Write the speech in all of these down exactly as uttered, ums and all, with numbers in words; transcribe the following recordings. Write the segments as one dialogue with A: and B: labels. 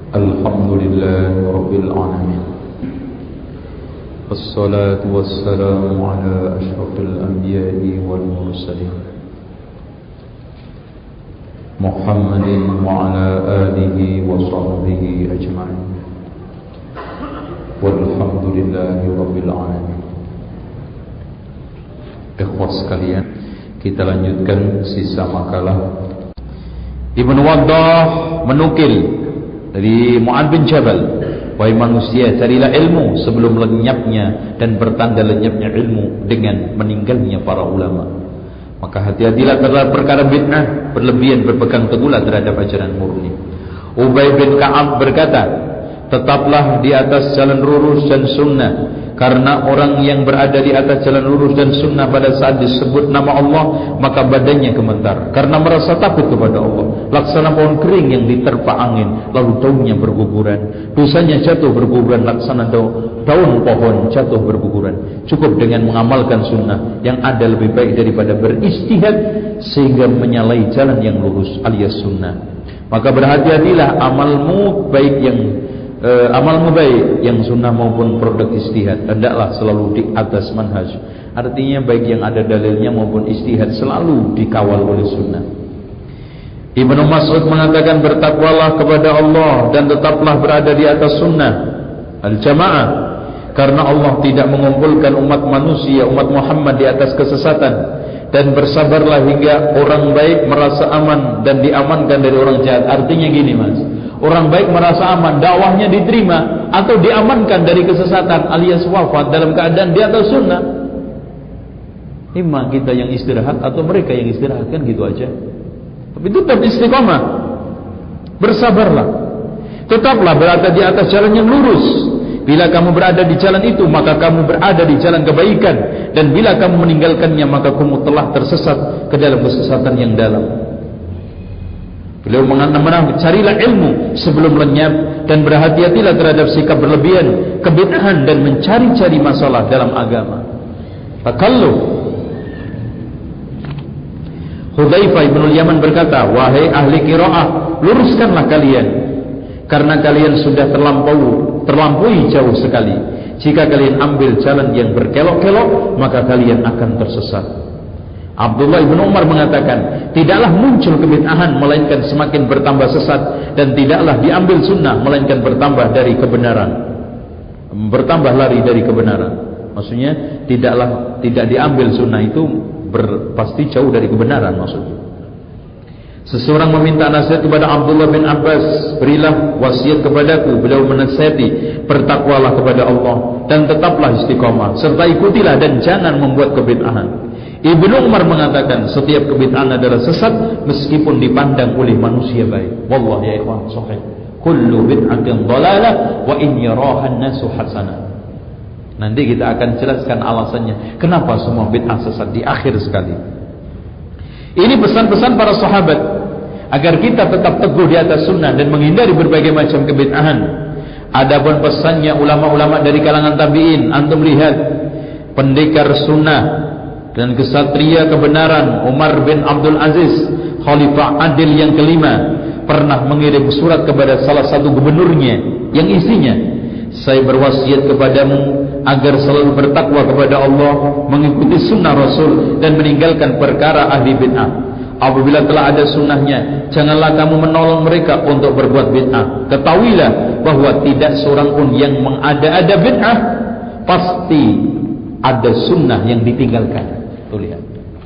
A: Alhamdulillah Rabbil Alamin. Wassalatu wassalamu ala ashrafil anbiya'i wal mursalin Muhammadin wa ala alihi wa sahbihi ajma'in. Walhamdulillahi Rabbil Alamin. Ikhwas sekalian, kita lanjutkan sisa makalah. Ibnu Waddah menukil dari Mu'adz bin Jabal, wahai manusia, carilah ilmu sebelum lenyapnya dan bertanda lenyapnya ilmu dengan meninggalnya para ulama. Maka hati-hatilah terhadap perkara bid'ah, berlebihan berpegang teguhlah terhadap ajaran murni. Ubay bin Ka'ab berkata, tetaplah di atas jalan lurus dan sunnah, karena orang yang berada di atas jalan lurus dan sunnah pada saat disebut nama Allah, maka badannya gemetar karena merasa takut kepada Allah. Laksana pohon kering yang diterpa angin, lalu daunnya berguguran. Dosanya jatuh berguguran laksana daun, daun pohon jatuh berguguran. Cukup dengan mengamalkan sunnah, yang ada lebih baik daripada beristihad sehingga menyalahi jalan yang lurus alias sunnah. Maka berhati-hatilah amalmu, baik yang Uh, amalmu baik yang sunnah maupun produk istihad, hendaklah selalu di atas manhaj. Artinya baik yang ada dalilnya maupun istihad selalu dikawal oleh sunnah. Ibnu Mas'ud mengatakan, bertakwalah kepada Allah dan tetaplah berada di atas sunnah al-jamaah, karena Allah tidak mengumpulkan umat manusia, umat Muhammad di atas kesesatan. Dan bersabarlah hingga orang baik merasa aman dan diamankan dari orang jahat. Artinya gini mas, orang baik merasa aman, dakwahnya diterima atau diamankan dari kesesatan alias wafat dalam keadaan di atas sunnah. Imam kita yang istirahat atau mereka yang istirahat, kan gitu aja. Tapi tetap istiqomah, bersabarlah, tetaplah berada di atas jalan yang lurus. Bila kamu berada di jalan itu, maka kamu berada di jalan kebaikan, dan bila kamu meninggalkannya, maka kamu telah tersesat ke dalam kesesatan yang dalam. Beliau mengatakan, carilah ilmu sebelum lenyap dan berhati-hatilah terhadap sikap berlebihan, kebid'ahan dan mencari-cari masalah dalam agama. Takalluh. Hudzaifah bin Yaman berkata, wahai ahli qiraah, luruskanlah kalian, karena kalian sudah terlampau terlampaui jauh sekali. Jika kalian ambil jalan yang berkelok-kelok, maka kalian akan tersesat. Abdullah bin Umar mengatakan, tidaklah muncul kebid'ahan melainkan semakin bertambah sesat, dan tidaklah diambil sunnah melainkan bertambah dari kebenaran, bertambah lari dari kebenaran. Maksudnya tidaklah tidak diambil sunnah itu ber, pasti jauh dari kebenaran maksudnya. Seseorang meminta nasihat kepada Abdullah bin Abbas, berilah wasiat kepadaku. Beliau menasihati, bertakwalah kepada Allah dan tetaplah istiqomah, serta ikutilah dan jangan membuat kebid'ahan. Ibnu Umar mengatakan, setiap kebid'ahan adalah sesat meskipun dipandang oleh manusia baik. Wallah ya ikhwan, sahih. Kullu bid'atin dhalalah wa in yaraha an-nasu hasanah. Nanti kita akan jelaskan alasannya kenapa semua bid'ah sesat di akhir sekali. Ini pesan-pesan para sahabat agar kita tetap teguh di atas sunnah dan menghindari berbagai macam kebid'ahan. Adapun pesannya ulama-ulama dari kalangan tabi'in, antum lihat pendekar sunnah dan kesatria kebenaran Umar bin Abdul Aziz, khalifah adil yang kelima, pernah mengirim surat kepada salah satu gubernurnya yang isinya, saya berwasiat kepadamu agar selalu bertakwa kepada Allah, mengikuti sunnah Rasul dan meninggalkan perkara ahli bid'ah. Apabila telah ada sunnahnya, janganlah kamu menolong mereka untuk berbuat bid'ah. Ketahuilah bahwa tidak seorang pun yang mengada-ada bid'ah, pasti ada sunnah yang ditinggalkan. Tuh lihat.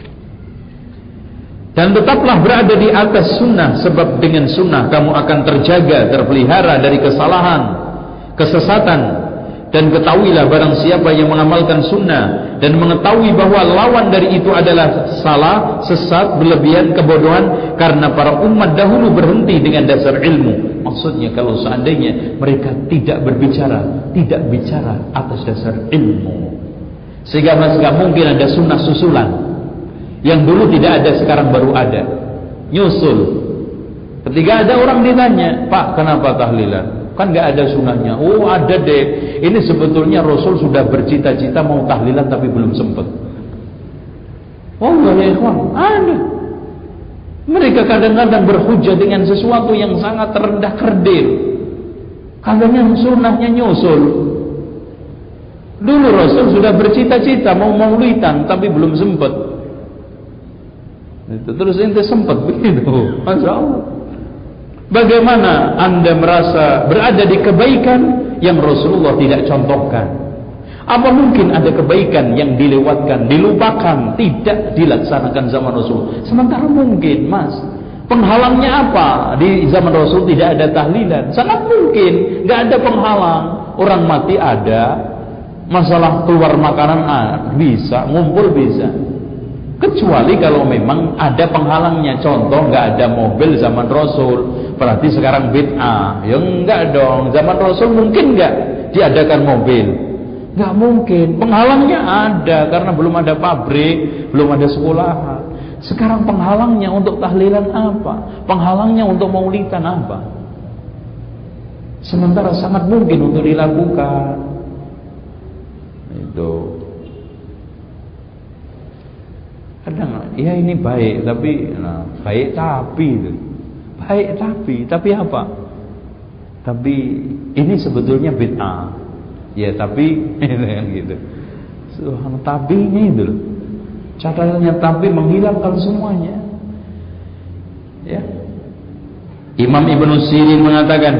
A: Dan tetaplah berada di atas sunnah, sebab dengan sunnah kamu akan terjaga, terpelihara dari kesalahan, kesesatan. Dan ketahuilah barang siapa yang mengamalkan sunnah dan mengetahui bahwa lawan dari itu adalah salah, sesat, berlebihan, kebodohan, karena para umat dahulu berhenti dengan dasar ilmu. Maksudnya kalau seandainya mereka tidak berbicara, tidak bicara atas dasar ilmu, sehingga nggak mungkin ada sunnah susulan yang dulu tidak ada sekarang baru ada, nyusul. Ketika ada orang ditanya, Pak kenapa tahlilan? Kan nggak ada sunnahnya. Oh ada deh. Ini sebetulnya Rasul sudah bercita-cita mau tahlilan tapi belum sempat. Oh ya ikhwan, ada. Mereka kadang-kadang berhujah dengan sesuatu yang sangat rendah kerdil. Katanya sunnahnya nyusul. Dulu Rasul sudah bercita-cita mau maulidan tapi belum sempat. Itu terus ente sempat begitu. Masya Allah. Bagaimana Anda merasa berada di kebaikan yang Rasulullah tidak contohkan? Apa mungkin ada kebaikan yang dilewatkan, dilupakan, tidak dilaksanakan zaman Rasul? Sementara mungkin, Mas. Penghalangnya apa? Di zaman Rasul tidak ada tahlilan. Sangat mungkin, nggak ada penghalang. Orang mati ada, masalah keluar makanan ah, bisa, ngumpul bisa. Kecuali kalau memang ada penghalangnya. Contoh, nggak ada mobil zaman Rasul, berarti sekarang bid'ah. Ya enggak dong. Zaman Rasul mungkin nggak diadakan mobil? Nggak mungkin. Penghalangnya ada karena belum ada pabrik, belum ada sekolahan. Sekarang penghalangnya untuk tahlilan apa? Penghalangnya untuk maulidan apa? Sementara sangat mungkin untuk dilakukan. Itu. Kadang, ya ini baik, tapi nah, baik tapi itu. Baik tapi, tapi apa? Tapi ini sebetulnya bid'ah. Ya tapi gitu. Subhanallah, tabinya itu loh. Catatannya tapi menghilangkan semuanya. Ya. Imam Ibnu Sirin mengatakan,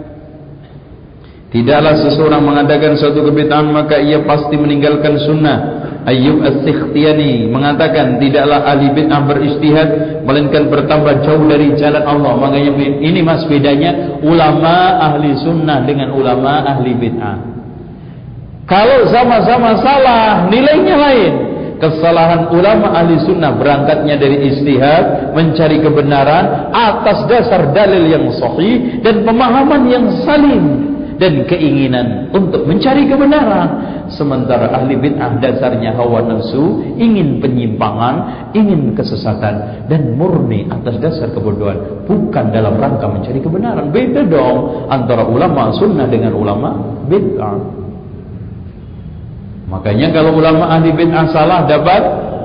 A: tidaklah seseorang mengadakan suatu kebid'ahan maka ia pasti meninggalkan sunnah. Ayyub As-Sikhtiyani mengatakan, tidaklah ahli bid'ah berijtihad melainkan bertambah jauh dari jalan Allah. Makanya ini Mas bedanya ulama ahli sunnah dengan ulama ahli bid'ah. Kalau sama-sama salah, nilainya lain. Kesalahan ulama ahli sunnah berangkatnya dari ijtihad, mencari kebenaran atas dasar dalil yang sahih dan pemahaman yang salim dan keinginan untuk mencari kebenaran. Sementara ahli bid'ah dasarnya hawa nafsu, ingin penyimpangan, ingin kesesatan dan murni atas dasar kebodohan, bukan dalam rangka mencari kebenaran. Beda dong antara ulama sunnah dengan ulama bid'ah. Makanya kalau ulama ahli bid'ah salah dapat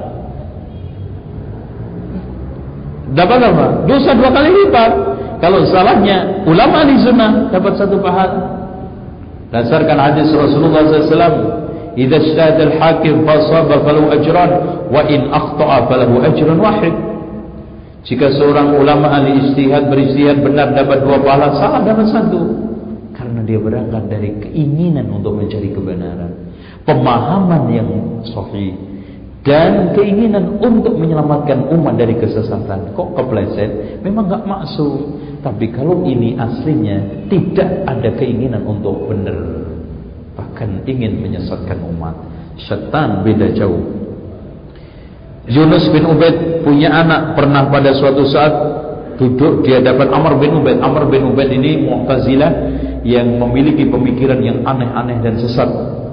A: dapat apa? Dosa dua kali lipat. Kalau salahnya ulama ahli sunnah dapat satu pahala. Dasarkan hadis Rasulullah sallallahu alaihi wasallam, "Idza ijtahada al-hakim fa shaba falahu ajran wa in akhta'a falahu ajrun wahid." Jika seorang ulama ahli ijtihad berijtihad benar dapat dua pahala, salah dapat satu. Karena dia berangkat dari keinginan untuk mencari kebenaran, pemahaman yang sahih dan keinginan untuk menyelamatkan umat dari kesesatan. Kok kepleset? Memang enggak maksud. Tapi kalau ini aslinya tidak ada keinginan untuk benar, bahkan ingin menyesatkan umat. Syaitan beda jauh. Yunus bin Ubaid punya anak, pernah pada suatu saat duduk di hadapan Amr bin Ubaid. Amr bin Ubaid ini Mu'tazilah yang memiliki pemikiran yang aneh-aneh dan sesat.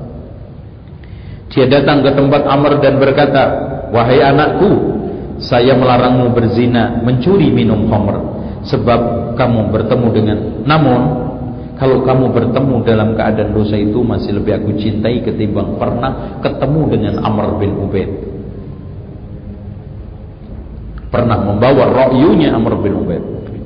A: Dia datang ke tempat Amr dan berkata, "Wahai anakku, saya melarangmu berzina, mencuri, minum khamr, sebab kamu bertemu dengan, namun kalau kamu bertemu dalam keadaan dosa itu masih lebih aku cintai ketimbang pernah ketemu dengan Amr bin Ubaid." Pernah membawa ra'yunya Amr bin Ubaid.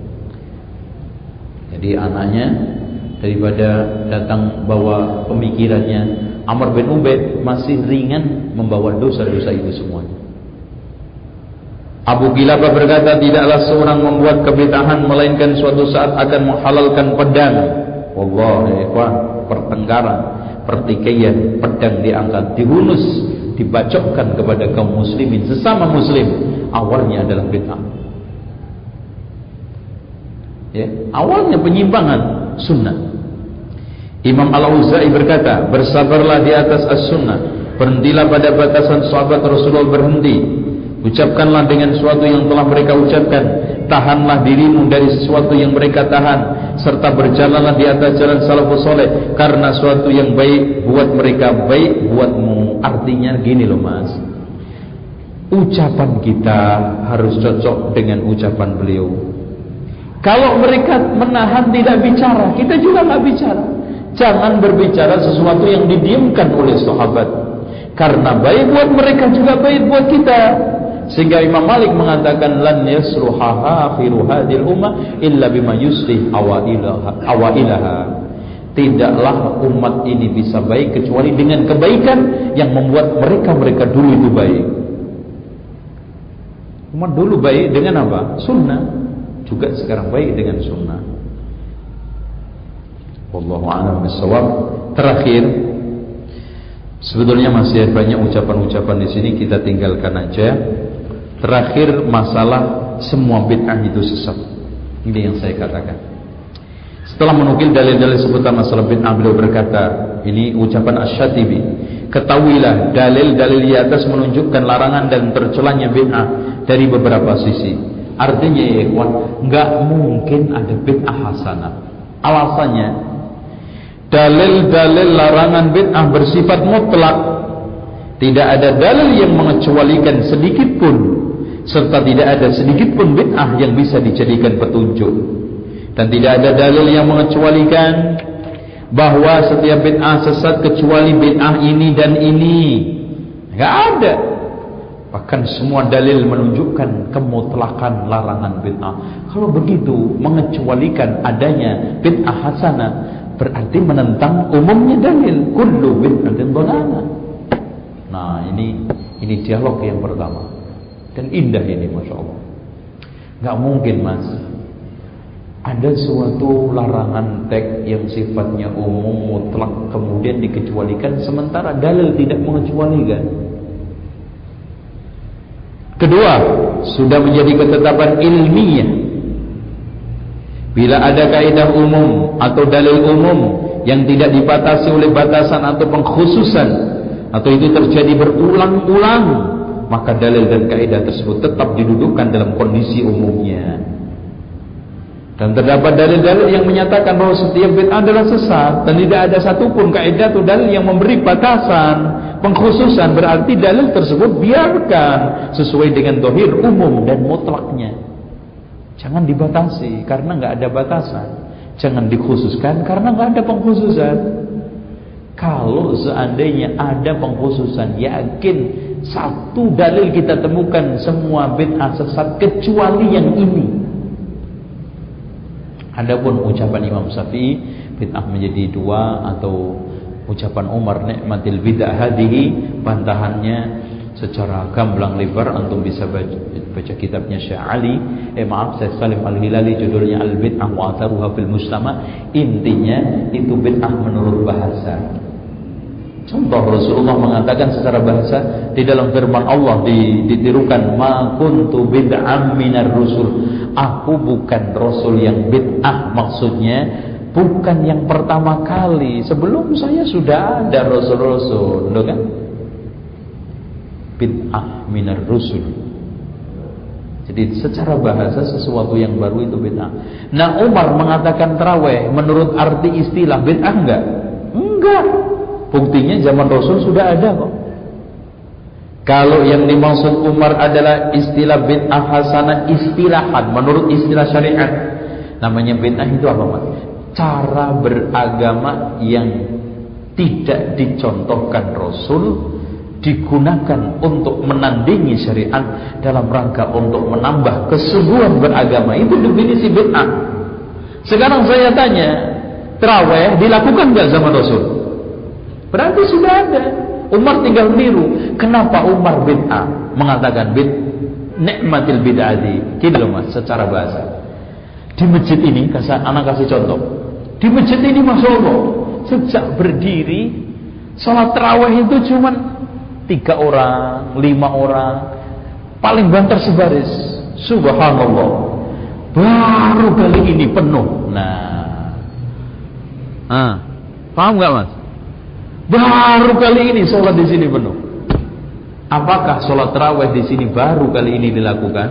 A: Jadi anaknya daripada datang bawa pemikirannya, Amr bin Ubaid masih ringan membawa dosa-dosa itu semuanya. Abu Qilabah berkata, tidaklah seorang membuat kebid'ahan melainkan suatu saat akan menghalalkan pedang. Wallahi ikhwan, pertengkaran, pertikaian, pedang diangkat, dihunus, dibacokkan kepada kaum muslimin sesama muslim. Awalnya adalah bid'ah. Ya, awalnya penyimpangan sunnah. Imam Al-Auza'i berkata, bersabarlah di atas as-sunnah, berhentilah pada batasan sahabat Rasulullah berhenti. Ucapkanlah dengan sesuatu yang telah mereka ucapkan, tahanlah dirimu dari sesuatu yang mereka tahan, serta berjalanlah di atas jalan salafus saleh, karena sesuatu yang baik buat mereka baik buatmu. Artinya gini loh Mas, ucapan kita harus cocok dengan ucapan beliau. Kalau mereka menahan tidak bicara, kita juga nggak bicara. Jangan berbicara sesuatu yang didiamkan oleh sahabat, karena baik buat mereka juga baik buat kita. Sehingga Imam Malik mengatakan, lan yasruha akhiru hadhil ummah illa bima yuslih awailaha awailaha. tidaklah umat ini bisa baik kecuali dengan kebaikan yang membuat mereka-mereka dulu itu baik. Umat dulu baik dengan apa? Sunnah. Juga sekarang baik dengan sunnah. Wallahu a'lam bishawab. Terakhir, sebetulnya masih banyak ucapan-ucapan di sini, kita tinggalkan aja. Terakhir, masalah semua bid'ah itu sesat. Ini yang saya katakan. Setelah menukil dalil-dalil seputar masalah bid'ah, beliau berkata, ini ucapan Asy-Syatibi, ketahuilah dalil-dalil di atas menunjukkan larangan dan tercelanya bid'ah dari beberapa sisi. Artinya ya ikhwan, enggak mungkin ada bid'ah hasanah. Alasannya, dalil-dalil larangan bid'ah bersifat mutlak. Tidak ada dalil yang mengecualikan sedikit pun, serta tidak ada sedikit pun bid'ah yang bisa dijadikan petunjuk. Dan tidak ada dalil yang mengecualikan bahwa setiap bid'ah sesat kecuali bid'ah ini dan ini. Enggak ada. Bahkan semua dalil menunjukkan kemutlakan larangan bid'ah. Kalau begitu, mengecualikan adanya bid'ah hasanah berarti menentang umumnya dalil. Kullu bid'atin dhalalah. Nah, ini ini dialog yang pertama. Dan indah ini, Masya Allah. Gak mungkin, Mas, ada suatu larangan teks yang sifatnya umum, mutlak, kemudian dikecualikan, sementara dalil tidak mengecualikan. Kedua, sudah menjadi ketetapan ilmiah, bila ada kaidah umum atau dalil umum yang tidak dibatasi oleh batasan atau pengkhususan, atau itu terjadi berulang-ulang, maka dalil dan kaidah tersebut tetap didudukkan dalam kondisi umumnya. Dan terdapat dalil-dalil yang menyatakan bahwa setiap bid'ah adalah sesat, dan tidak ada satupun kaidah atau dalil yang memberi batasan, pengkhususan. Berarti dalil tersebut biarkan sesuai dengan zahir umum dan mutlaknya. Jangan dibatasi karena nggak ada batasan. Jangan dikhususkan karena nggak ada pengkhususan. Kalau seandainya ada pengkhususan, yakin satu dalil kita temukan semua bid'ah sesat kecuali yang ini. Adapun ucapan Imam Syafi'i, bid'ah menjadi dua, atau ucapan Umar, nikmatil bid'ah hadihi, bantahannya secara gamblang lebar, antum bisa baca, baca kitabnya Syekh Ali, eh maaf Syekh Salim Al-Hilali, judulnya Al-Bid'ah wa Atharuha fil Mujtama. Intinya itu bid'ah menurut bahasa. Contoh, Rasulullah mengatakan secara bahasa di dalam firman Allah ditirukan, ma kuntu bid'am minar rusul, aku bukan rasul yang bid'ah, maksudnya bukan yang pertama kali, sebelum saya sudah ada rasul-rasul, loh kan? Bid'ah minar rusul. Jadi secara bahasa sesuatu yang baru itu bid'ah. Nah, Umar mengatakan tarawih menurut arti istilah bid'ah enggak? Enggak. Buktinya zaman Rasul sudah ada kok. Kalau yang dimaksud Umar adalah istilah bid'ah hasanah istilahan, menurut istilah syariat, namanya bid'ah itu apa, Mas? Cara beragama yang tidak dicontohkan Rasul, digunakan untuk menandingi syariat dalam rangka untuk menambah kesungguhan beragama. Itu definisi bid'ah. Sekarang saya tanya, tarawih dilakukan nggak zaman Rasul? Berarti sudah ada. Umar tinggal niru. Kenapa Umar bid'ah? Mengatakan bid nikmatil bid'ati. Gini loh Mas, secara bahasa. Di masjid ini, anak kasih contoh. Di masjid ini, Masya Allah, sejak berdiri sholat tarawih itu cuma tiga orang, lima orang, paling banter sebaris. Subhanallah. Baru kali ini penuh. Nah, ah, paham nggak Mas? Baru kali ini sholat di sini penuh. Apakah sholat tarawih di sini baru kali ini dilakukan?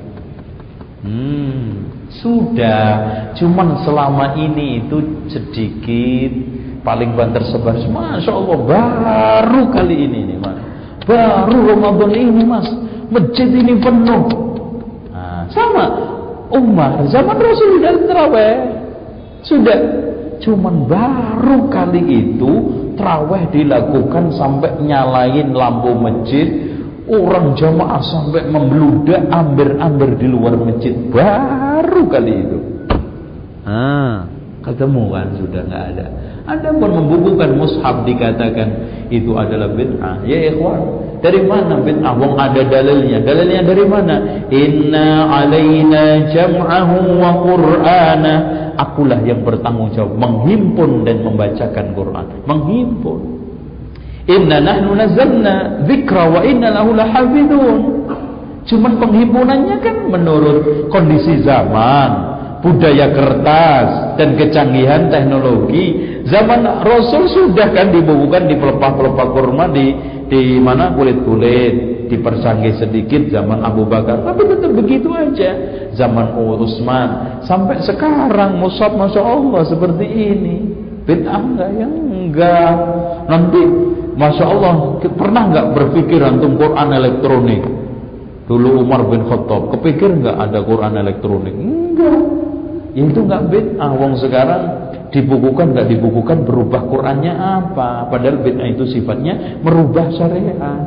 A: Hmm, sudah. Cuman selama ini itu sedikit, paling banter sebaris. Masya Allah, baru kali ini nih Mas. Baru Ramadan ini Mas, masjid ini penuh. Nah, sama Umar zaman Rasul dan tarawih sudah. Cuman baru kali itu tarawih dilakukan sampai nyalain lampu masjid, orang jamaah sampai membludak amber-amber di luar masjid. Baru kali itu. Ah, ketemu kan sudah nggak ada. Anda pun membukukan mushaf dikatakan itu adalah bid'ah. Ya ikhwan, dari mana bid'ah? Wong ada dalilnya. Dalilnya dari mana? Inna alaina jam'ahu wa qur'ana. Akulah yang bertanggung jawab menghimpun dan membacakan Quran. Menghimpun. Inna nahnu nazzalna dzikra wa inna lahu lahafizun. Cuman penghimpunannya kan menurut kondisi zaman, budaya kertas dan kecanggihan teknologi. Zaman Rasul sudah kan dibukukan di pelepah-pelepah kurma di di mana kulit-kulit, dipercanggih sedikit zaman Abu Bakar, tapi tetap begitu aja. Zaman Utsman sampai sekarang mushaf Masya Allah seperti ini. Bid'ah enggak? Ya enggak. Nanti Masya Allah, pernah enggak berpikir antum Quran elektronik? Dulu Umar bin Khattab kepikir enggak ada Quran elektronik? Enggak. Ya itu enggak bid'ah. Wong sekarang dibukukan enggak dibukukan, berubah Qurannya apa? Padahal bid'ah itu sifatnya merubah syariat.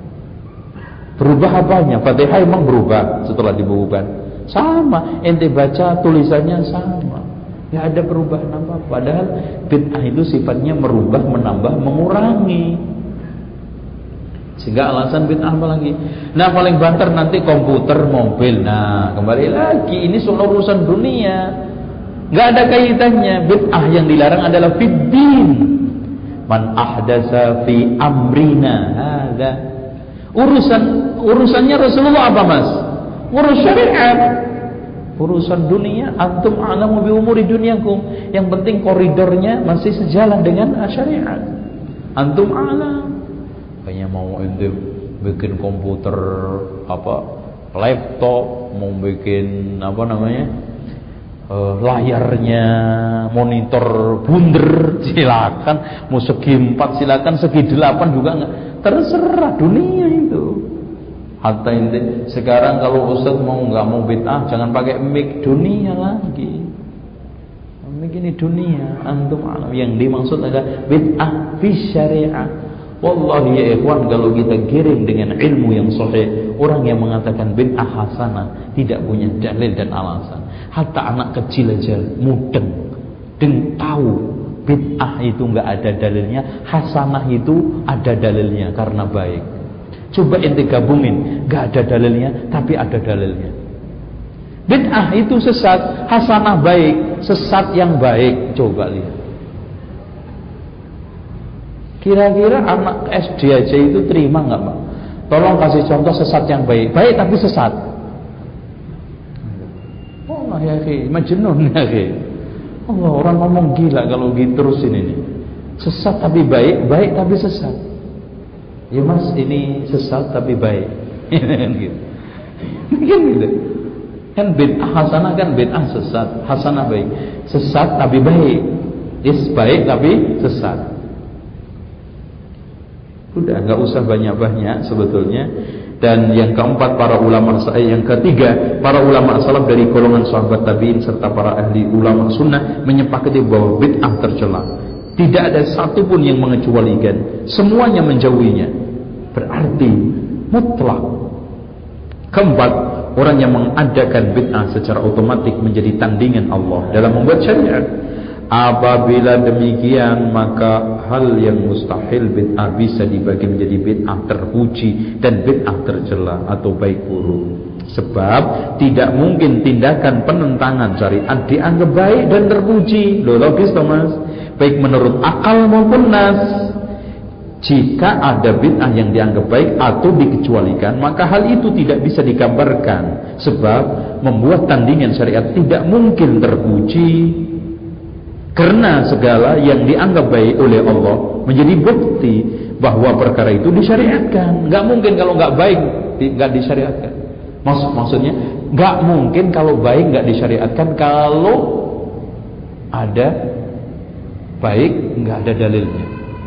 A: Berubah apanya? Fatihah emang berubah setelah dibukukan? Sama, ente baca tulisannya sama. Ya ada perubahan apa? Padahal bid'ah itu sifatnya merubah, menambah, mengurangi. Sehingga alasan bid'ah apa lagi? Nah paling banter nanti komputer, mobil. Nah kembali lagi, ini soal urusan dunia, nggak ada kaitannya. Bid'ah yang dilarang adalah fiddin. Man ahdasa fi amrina hadza. Urusan urusannya Rasulullah apa mas? Urus syariat. Urusan dunia, antum a'lamu bi umuri dunyakum. Yang penting koridornya masih sejalan dengan syariat. Antum a'lam. Kayaknya mau ente bikin komputer apa, laptop, mau bikin apa namanya, uh, layarnya monitor bunder, silakan. Mau segi empat silakan, segi delapan juga enggak. Terserah, dunia itu. Hatta ente sekarang kalau Ustaz mau nggak mau bid'ah, jangan pakai mic, dunia lagi. Mic ini dunia, antum alam. Yang dimaksud adalah bid'ah fi syariah. Wallahi ya ikhwan, kalau kita giring dengan ilmu yang sahih, orang yang mengatakan bid'ah hasanah tidak punya dalil dan alasan. Hatta anak kecil aja mudeng, deng tahu bid'ah itu nggak ada dalilnya, hasanah itu ada dalilnya karena baik. Coba ente gabungin, gak ada dalilnya tapi ada dalilnya. Bid'ah itu sesat, hasanah baik, sesat yang baik. Coba lihat. Kira-kira anak S D aja itu terima gak Pak? Tolong kasih contoh sesat yang baik. Baik tapi sesat. Oh ya akhi, majnun ya akhi. Allah, orang ngomong gila kalau gitu terusin ini. Sesat tapi baik, baik tapi sesat. Ya mas, ini sesat tapi baik. Gitu. Kan gitu. Kan bid'ah hasanah kan bid'ah sesat, hasanah baik. Sesat tapi baik. Is baik tapi sesat. Udah enggak usah banyak-banyak sebetulnya. Dan yang keempat para ulama, yang ketiga para ulama salaf dari golongan sahabat tabi'in serta para ahli ulama sunnah menyepakati bahwa bid'ah tercela. Tidak ada satupun yang mengecualikan, semuanya menjauhinya. Berarti mutlak. Keempat, orang yang mengadakan bid'ah secara otomatis menjadi tandingan Allah dalam membuat syariat. Apabila demikian, maka hal yang mustahil bid'ah bisa dibagi menjadi bid'ah terpuji dan bid'ah tercela atau baik buruk. Sebab tidak mungkin tindakan penentangan syariat dianggap baik dan terpuji. Loh, logis Thomas, baik menurut akal maupun nas. Jika ada bid'ah yang dianggap baik atau dikecualikan, maka hal itu tidak bisa digambarkan. Sebab membuat tandingan syariat tidak mungkin terpuji. Karena segala yang dianggap baik oleh Allah menjadi bukti bahwa perkara itu disyariatkan. Gak mungkin kalau gak baik gak disyariatkan. Maksud, maksudnya gak mungkin kalau baik gak disyariatkan. Kalau ada baik gak ada dalilnya.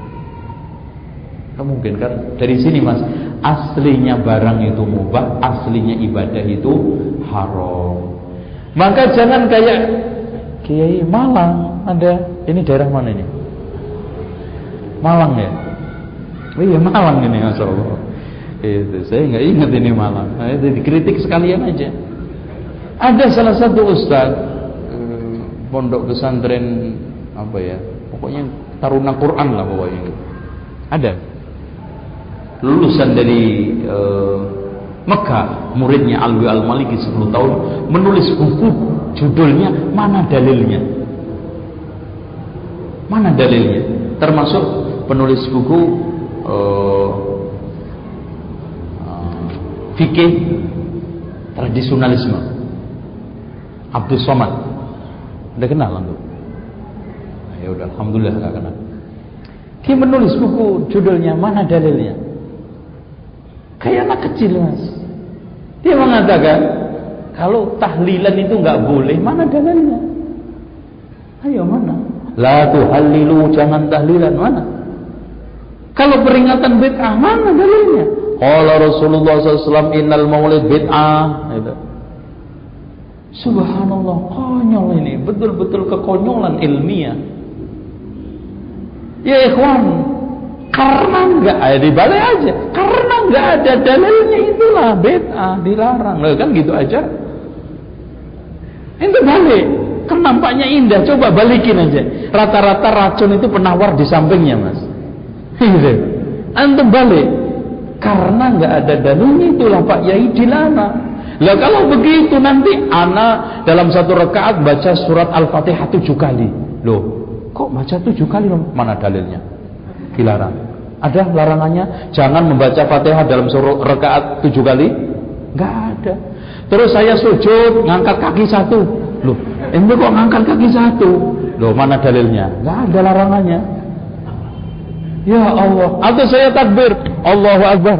A: Gak mungkin kan. Dari sini mas, aslinya barang itu mubah, aslinya ibadah itu haram. Maka jangan kayak Kiai Malang ada. Ini daerah mana ini? Malang ya? Oh iya Malang ini, masya Allah. Itu saya nggak ingat ini Malang. Nah, itu dikritik sekalian aja. Ada salah satu ustaz pondok pesantren apa ya, pokoknya Taruna Quran lah pokoknya gitu. Ada lulusan dari uh, Mekah, muridnya Alwi Al-Maliki sepuluh tahun, menulis buku judulnya Mana Dalilnya. Mana dalilnya? Termasuk penulis buku uh, uh, fikih tradisionalisme, Abdul Somad. Udah kenal antum? Nah, ya udah, alhamdulillah enggak kenal. Dia menulis buku judulnya Mana Dalilnya. Kayak anak kecil, Mas. Dia mengatakan kalau tahlilan itu enggak boleh, mana dalilnya? Ayo mana? La tuhallilu, jangan tahlilan, mana? Kalau peringatan bid'ah, mana dalilnya? Qala Rasulullah sallallahu alaihi wasallam innal maulid bid'ah. Itu. Subhanallah, konyol ini, betul-betul kekonyolan ilmiah. Ya ikhwan, karena enggak ada dibalik aja, karena enggak ada dalilnya itulah bid'ah, dilarang. Loh, kan gitu aja. Itu balik, kan nampaknya indah, coba balikin aja. Rata-rata racun itu penawar di sampingnya, Mas. Antum balik, karena enggak ada dalilnya itulah Pak Yai dilarang. Lah kalau begitu nanti ana dalam satu rakaat baca surat Al-Fatihah tujuh kali. Loh, kok baca tujuh kali? Mana dalilnya? Dilarang. Ada larangannya? Jangan membaca Fatihah dalam surat rakaat tujuh kali? Enggak ada. Terus saya sujud ngangkat kaki satu. Loh, ente kok ngangkat kaki satu? Loh, mana dalilnya? Enggak ada larangannya. Ya Allah. Atau saya takbir, Allahu Akbar.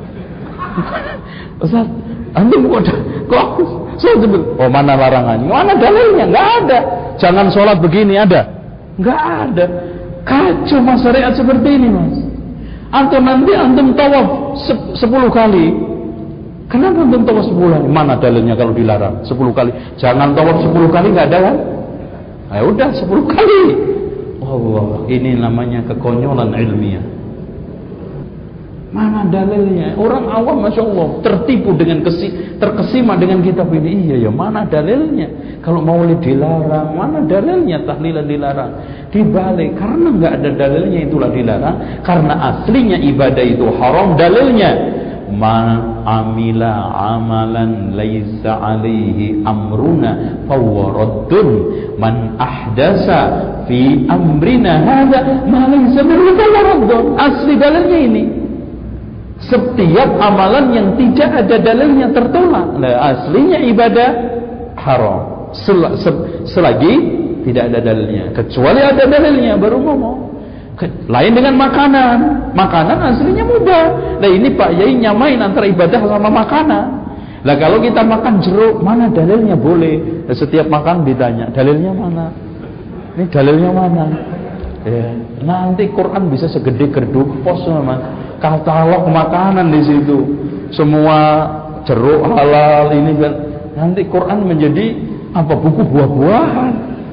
A: Ustaz, antum kok kok saya sebut, oh mana larangannya? Mana dalilnya? Enggak ada. Jangan sholat begini, ada? Enggak ada. Kacau mas syariat seperti ini, Mas. Antum nanti antum tawaf sepuluh kali. Kenapa antum tawaf sepuluh kali? Mana dalilnya kalau dilarang sepuluh kali? Jangan tawaf sepuluh kali, enggak ada kan? Ya udah sepuluh kali. Allah, ini namanya kekonyolan ilmiah. Mana dalilnya? Orang awam masya Allah tertipu dengan kesi, terkesima dengan kitab ini. Iya ya, mana dalilnya? Kalau maulid dilarang, mana dalilnya tahlilan dilarang? Dibalik, karena nggak ada dalilnya itulah dilarang. Karena aslinya ibadah itu haram. Dalilnya, man amila amalan laisa alaihi amruna fahuwa raddun, man ahdasa fi amrina hadza ma laysa minhu fahuwa raddun. Asli dalilnya ini. Setiap amalan yang tidak ada dalilnya tertolak. Nah, aslinya ibadah haram. Sel sel selagi tidak ada dalilnya. Kecuali ada dalilnya baru ngomong. Lain dengan makanan. Makanan aslinya mudah. Nah ini Pak Yai nyamain antara ibadah sama makanan. Lah kalau kita makan jeruk, mana dalilnya boleh? Nah, setiap makan ditanya, dalilnya mana? Ini dalilnya mana? Ya, nanti Quran bisa segede gerduk pos, Mas. Katalog makanan di situ. Semua jeruk halal ini kan. Nanti Quran menjadi apa? Buku buah-buahan.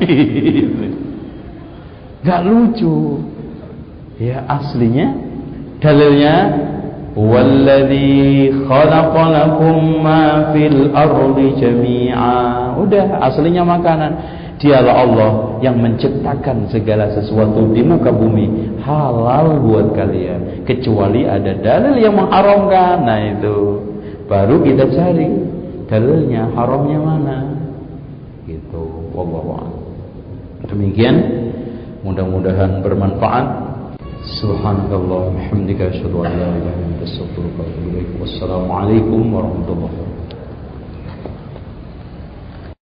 A: Gak lucu. Ya aslinya dalilnya walladzi khalaqa lakum ma fil ardi jami'a. Udah aslinya makanan. Dialah Allah yang menciptakan segala sesuatu di muka bumi halal buat kalian, kecuali ada dalil yang mengharamkan. Nah itu baru kita cari dalilnya, haramnya mana gitu. Wallahu a'lam. Demikian, mudah-mudahan bermanfaat. Subhanakallah wa bihamdika asyhadu an la ilaha illa anta astaghfiruka wa atubu ilaik. Wassalamualaikum warahmatullahi wabarakatuh.